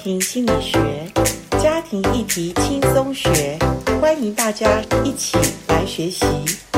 庭心理学，家庭议题轻松学，欢迎大家一起来学习。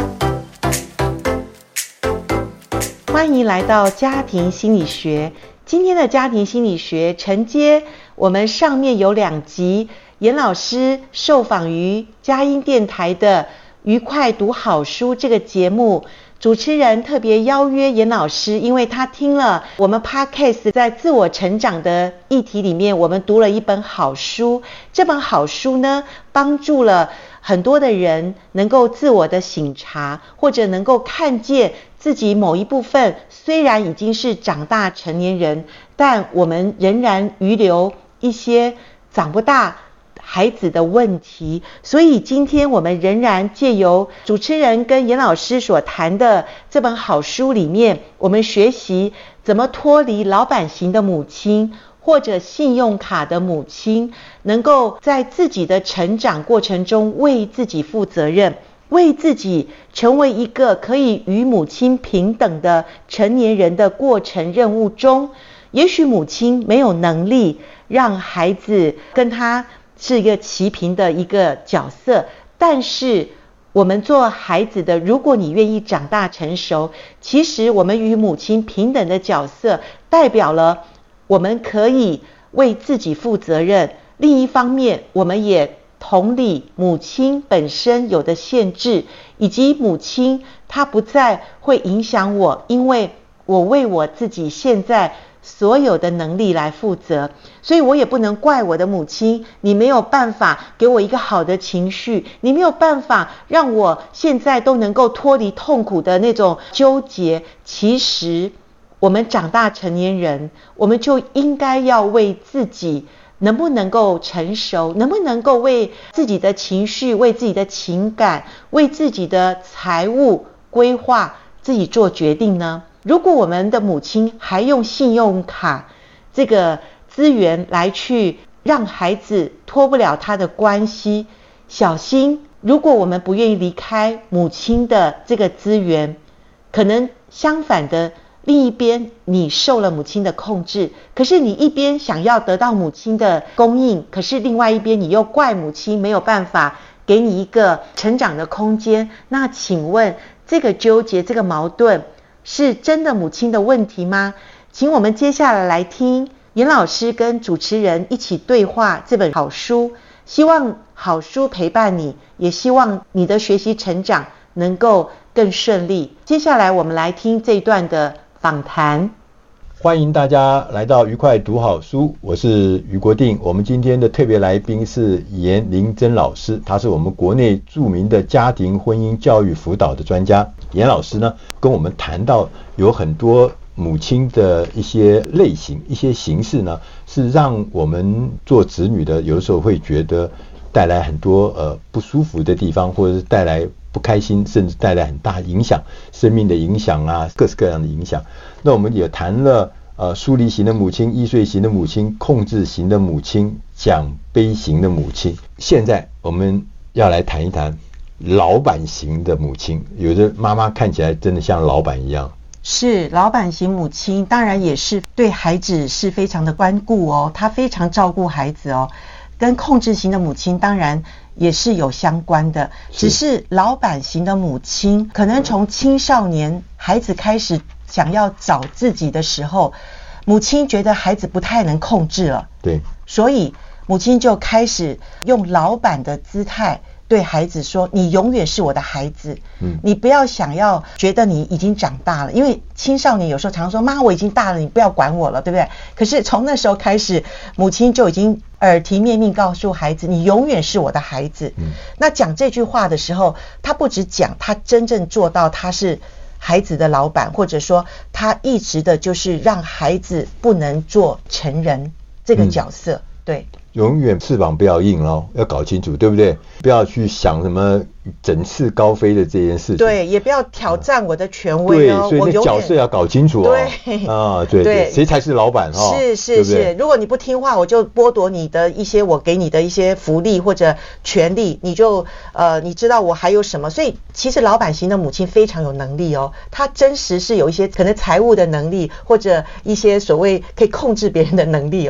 欢迎来到家庭心理学。今天的家庭心理学承接我们上面有2集严老师受访于佳音电台的愉快读好书这个节目，主持人特别邀约严老师，因为他听了我们 Podcast 在自我成长的议题里面，我们读了一本好书。这本好书呢，帮助了很多的人能够自我的省察，或者能够看见自己某一部分虽然已经是长大成年人，但我们仍然余留一些长不大孩子的问题。所以今天我们仍然借由主持人跟严老师所谈的这本好书里面，我们学习怎么脱离老板型的母亲或者信用卡的母亲，能够在自己的成长过程中为自己负责任，为自己成为一个可以与母亲平等的成年人的过程任务中。也许母亲没有能力让孩子跟他是一个齐平的一个角色，但是我们做孩子的，如果你愿意长大成熟，其实我们与母亲平等的角色代表了我们可以为自己负责任，另一方面我们也同理母亲本身有的限制，以及母亲她不再会影响我，因为我为我自己现在所有的能力来负责，所以我也不能怪我的母亲，你没有办法给我一个好的情绪，你没有办法让我现在都能够脱离痛苦的那种纠结。其实我们长大成年人，我们就应该要为自己能不能够成熟，能不能够为自己的情绪，为自己的情感，为自己的财务规划自己做决定呢？如果我们的母亲还用信用卡这个资源来去让孩子脱不了他的关系，小心，如果我们不愿意离开母亲的这个资源，可能相反的，另一边你受了母亲的控制，可是你一边想要得到母亲的供应，可是另外一边你又怪母亲没有办法给你一个成长的空间。那请问这个纠结，这个矛盾是真的母亲的问题吗？请我们接下来来听严老师跟主持人一起对话这本好书，希望好书陪伴你，也希望你的学习成长能够更顺利。接下来我们来听这一段的访谈。 欢迎大家来到愉快读好书，我是余国定。我们今天的特别来宾是严玲珍老师，他是我们国内著名的家庭婚姻教育辅导的专家。严老师呢，跟我们谈到有很多母亲的一些类型、一些形式呢，是让我们做子女的有的时候会觉得带来很多不舒服的地方，或者是带来不开心，甚至带来很大影响，生命的影响啊，各式各样的影响。那我们也谈了疏离型的母亲、易碎型的母亲、控制型的母亲、奖杯型的母亲。现在我们要来谈一谈老板型的母亲。有的妈妈看起来真的像老板一样。 是，老板型母亲当然也是对孩子是非常的关顾哦，她非常照顾孩子哦，跟控制型的母亲当然也是有相关的，只是老板型的母亲可能从青少年孩子开始想要找自己的时候，母亲觉得孩子不太能控制了， 对， 所以母亲就开始用老板的姿态对孩子说，你永远是我的孩子，你不要想要觉得你已经长大了，因为青少年有时候常说，妈我已经大了，你不要管我了，对不对？可是从那时候开始，母亲就已经耳提面命告诉孩子，你永远是我的孩子。那讲这句话的时候，他不只讲，他真正做到他是孩子的老板，或者说他一直的就是让孩子不能做成人这个角色，对。 永远翅膀不要硬哦，要搞清楚，对不对？不要去想什么整翅高飞的这件事情。 对，也不要挑战我的权威哦。 对，所以那角色要搞清楚哦。 对啊，对，谁才是老板哈？ 是，如果你不听话，我就剥夺你的一些我给你的一些福利或者权利，你就你知道我还有什么？所以其实老板型的母亲非常有能力哦，她真实是有一些可能财务的能力，或者一些所谓可以控制别人的能力哦。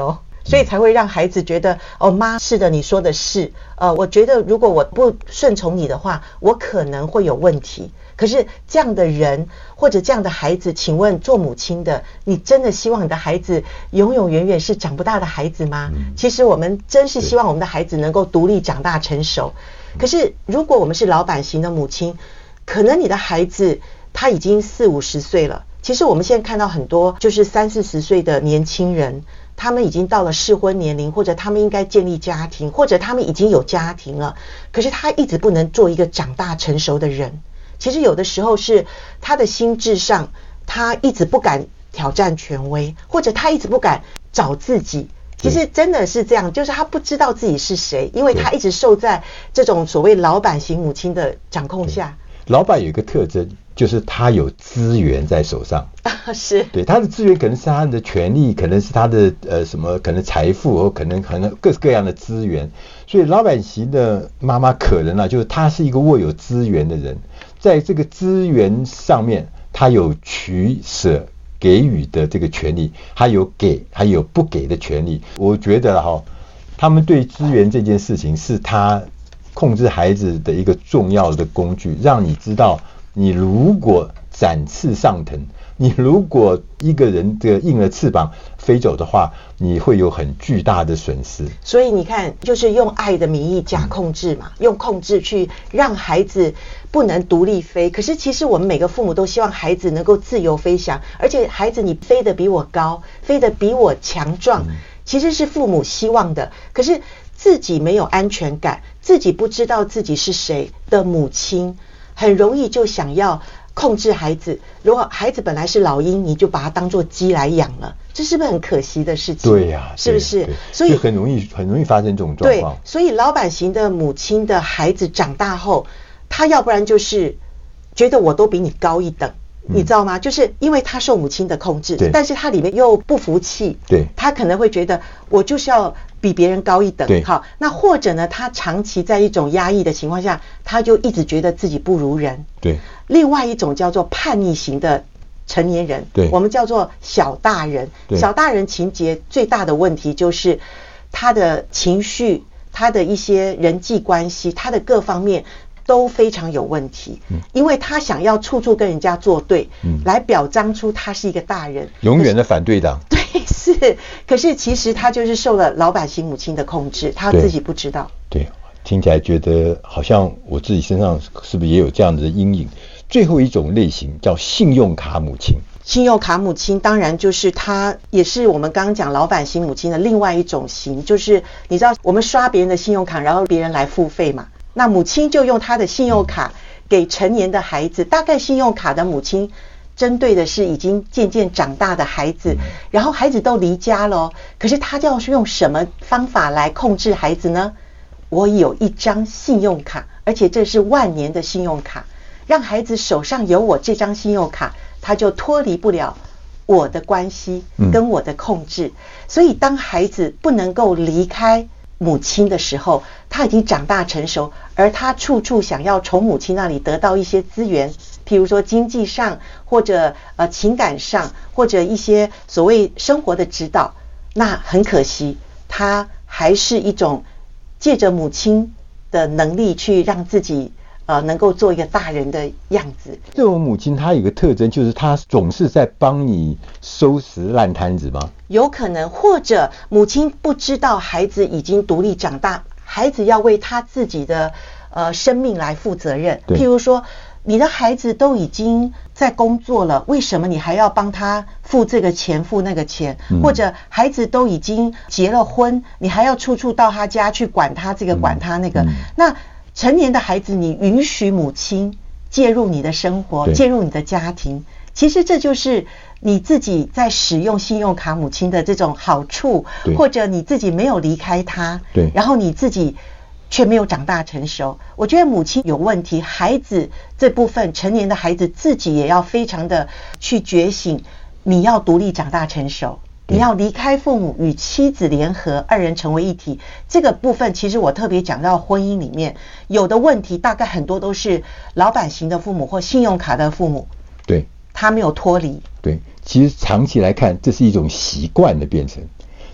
所以才会让孩子觉得哦，妈，是的，你说的是，我觉得如果我不顺从你的话，我可能会有问题。可是这样的人或者这样的孩子，请问做母亲的，你真的希望你的孩子永永远远是长不大的孩子吗？其实我们真是希望我们的孩子能够独立长大成熟。可是如果我们是老板型的母亲，可能你的孩子他已经40-50岁了。其实我们现在看到很多就是30-40岁的年轻人，他们已经到了适婚年龄，或者他们应该建立家庭，或者他们已经有家庭了，可是他一直不能做一个长大成熟的人。其实有的时候是他的心智上，他一直不敢挑战权威，或者他一直不敢找自己。其实真的是这样，就是他不知道自己是谁，因为他一直受在这种所谓老板型母亲的掌控下。 老板有一个特征，就是他有资源在手上。 是， 对，他的资源可能是他的权利，可能是他的什么，可能财富，或可能各式各样的资源。所以老板型的妈妈可能就是他是一个握有资源的人，在这个资源上面，他有取舍给予的这个权利，还有给还有不给的权利。我觉得他们对资源这件事情是他控制孩子的一个重要的工具，让你知道，你如果展翅上腾，你如果一个人这个硬了翅膀飞走的话，你会有很巨大的损失。 所以你看，就是用爱的名义假控制嘛，用控制去让孩子不能独立飞。可是其实我们每个父母都希望孩子能够自由飞翔，而且孩子你飞得比我高，飞得比我强壮，其实是父母希望的。可是自己没有安全感，自己不知道自己是谁的母亲，很容易就想要控制孩子。如果孩子本来是老鹰，你就把它当作鸡来养了，这是不是很可惜的事情？ 对呀， 是不是？ 所以很容易发生这种状况。 对，所以老板型的母亲的孩子长大后，他要不然就是觉得我都比你高一等。你知道吗？就是因为他受母亲的控制，但是他里面又不服气， 对， 他可能会觉得我就是要比别人高一等，好，那或者呢，他长期在一种压抑的情况下，他就一直觉得自己不如人， 对。 另外一种叫做叛逆型的成年人， 对， 我们叫做小大人。小大人情节最大的问题就是他的情绪，他的一些人际关系，他的各方面都非常有问题，因为他想要处处跟人家作对，来表彰出他是一个大人， 永远的反对党。 对，是。可是其实他就是受了老板型母亲的控制，他自己不知道。 对，听起来觉得好像我自己身上是不是也有这样的阴影？最后一种类型叫信用卡母亲。 信用卡母亲当然就是她也是我们刚刚讲老板型母亲的另外一种型，就是你知道我们刷别人的信用卡，然后别人来付费嘛。那母亲就用她的信用卡给成年的孩子，大概信用卡的母亲针对的是已经渐渐长大的孩子，然后孩子都离家了，可是他要用什么方法来控制孩子呢？我有一张信用卡，而且这是万年的信用卡，让孩子手上有我这张信用卡，他就脱离不了我的关系跟我的控制。所以当孩子不能够离开母亲的时候，他已经长大成熟，而他处处想要从母亲那里得到一些资源，譬如说经济上，或者情感上，或者一些所谓生活的指导。那很可惜，他还是一种借着母亲的能力去让自己能够做一个大人的样子。 这种母亲她有个特征，就是她总是在帮你收拾烂摊子吗？ 有可能，或者母亲不知道孩子已经独立长大，孩子要为他自己的生命来负责任。譬如说你的孩子都已经在工作了，为什么你还要帮他付这个钱付那个钱？或者孩子都已经结了婚，你还要处处到他家去管他这个管他那个。那成年的孩子，你允许母亲介入你的生活，介入你的家庭，其实这就是你自己在使用信用卡母亲的这种好处，或者你自己没有离开他，然后你自己却没有长大成熟。我觉得母亲有问题，孩子这部分，成年的孩子自己也要非常的去觉醒，你要独立长大成熟，你要离开父母，与妻子联合，二人成为一体。这个部分其实我特别讲到婚姻里面有的问题，大概很多都是老板型的父母或信用卡的父母，他没有脱离。 对，其实长期来看，这是一种习惯的变成。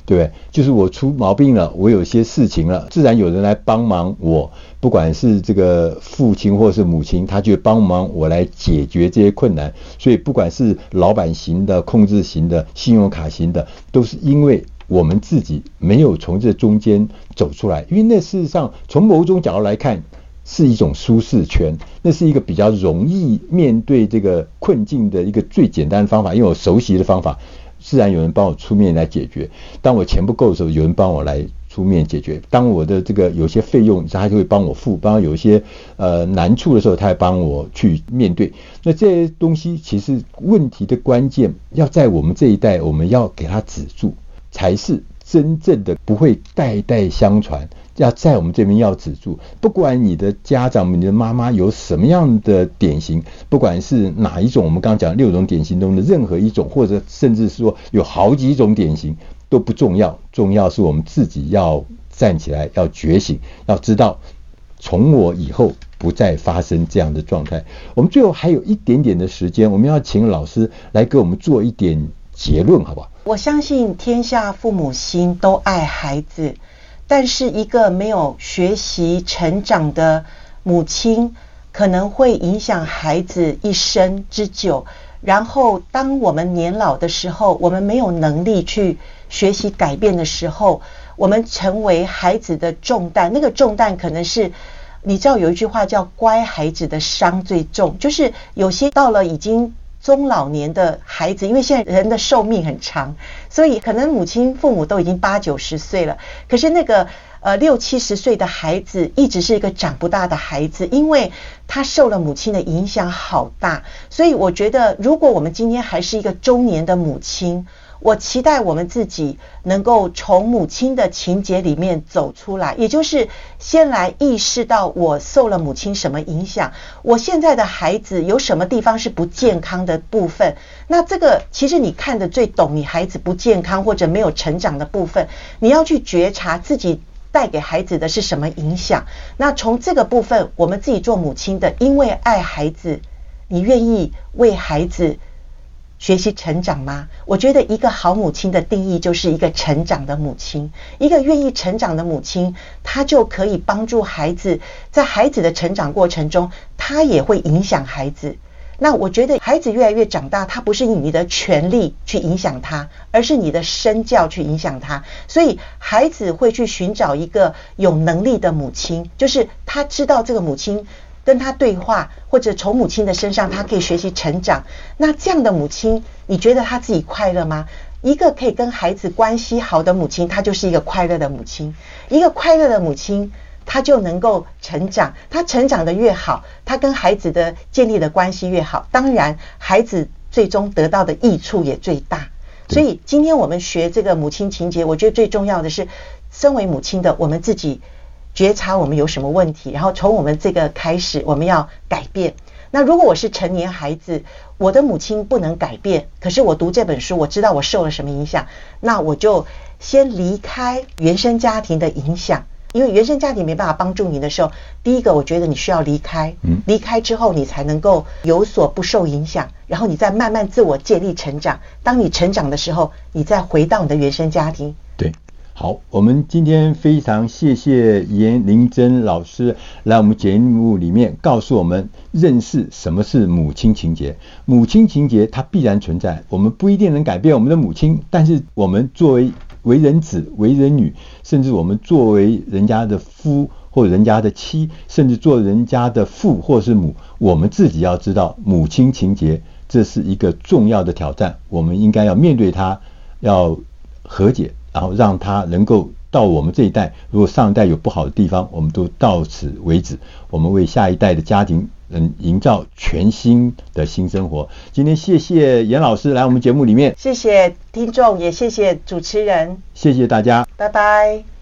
对不对？就是我出毛病了，我有些事情了，自然有人来帮忙我，不管是这个父亲或是母亲，他就会帮忙我来解决这些困难。所以不管是老板型的、控制型的、信用卡型的，都是因为我们自己没有从这中间走出来。因为那事实上从某种角度来看是一种舒适圈，那是一个比较容易面对这个困境的一个最简单的方法，因为我熟悉的方法，自然有人帮我出面来解决。当我钱不够的时候，有人帮我来出面解决。当我的这个有些费用，他就会帮我付。当有一些难处的时候，他会帮我去面对。那这些东西其实问题的关键要在我们这一代，我们要给它止住，才是真正的不会代代相传。要在我们这边要止住，不管你的家长、你的妈妈有什么样的典型，不管是哪一种，我们刚刚讲6种典型中的任何一种，或者甚至说有好几种典型都不重要，重要是我们自己要站起来，要觉醒，要知道从我以后不再发生这样的状态。我们最后还有一点点的时间，我们要请老师来给我们做一点结论，好不好？ 我相信天下父母心，都爱孩子。但是一个没有学习成长的母亲，可能会影响孩子一生之久。然后当我们年老的时候，我们没有能力去学习改变的时候，我们成为孩子的重担。那个重担可能是，你知道有一句话叫乖孩子的伤最重，就是有些到了已经中老年的孩子，因为现在人的寿命很长，所以可能母亲父母都已经80、90岁了，可是那个60、70岁的孩子一直是一个长不大的孩子，因为他受了母亲的影响好大。所以我觉得如果我们今天还是一个中年的母亲，我期待我们自己能够从母亲的情节里面走出来，也就是先来意识到我受了母亲什么影响，我现在的孩子有什么地方是不健康的部分。那这个其实你看得最懂你孩子不健康或者没有成长的部分，你要去觉察自己带给孩子的是什么影响。那从这个部分，我们自己做母亲的，因为爱孩子，你愿意为孩子学习成长吗？我觉得一个好母亲的定义就是一个成长的母亲，一个愿意成长的母亲，她就可以帮助孩子，在孩子的成长过程中，她也会影响孩子。那我觉得孩子越来越长大，他不是以你的权利去影响他，而是你的身教去影响他。所以孩子会去寻找一个有能力的母亲，就是他知道这个母亲跟他对话，或者从母亲的身上他可以学习成长。那这样的母亲，你觉得他自己快乐吗？一个可以跟孩子关系好的母亲，她就是一个快乐的母亲。一个快乐的母亲，她就能够成长，她成长的越好，她跟孩子的建立的关系越好，当然孩子最终得到的益处也最大。所以今天我们学这个母亲情节，我觉得最重要的是身为母亲的我们自己觉察我们有什么问题，然后从我们这个开始我们要改变。那如果我是成年孩子，我的母亲不能改变，可是我读这本书，我知道我受了什么影响，那我就先离开原生家庭的影响。因为原生家庭没办法帮助你的时候，第一个我觉得你需要离开，离开之后你才能够有所不受影响，然后你再慢慢自我建立成长。当你成长的时候，你再回到你的原生家庭。 对，好，我们今天非常谢谢严玲珍老师来我们节目里面告诉我们认识什么是母亲情节。母亲情节它必然存在，我们不一定能改变我们的母亲，但是我们作为人子、为人女，甚至我们作为人家的夫或者人家的妻，甚至做人家的父或是母，我们自己要知道母亲情节，这是一个重要的挑战，我们应该要面对它，要和解，然后让它能够到我们这一代，如果上一代有不好的地方，我们都到此为止，我们为下一代的家庭营造全新的新生活。今天谢谢严老师来我们节目里面， 谢谢听众，也谢谢主持人， 谢谢大家， 拜拜。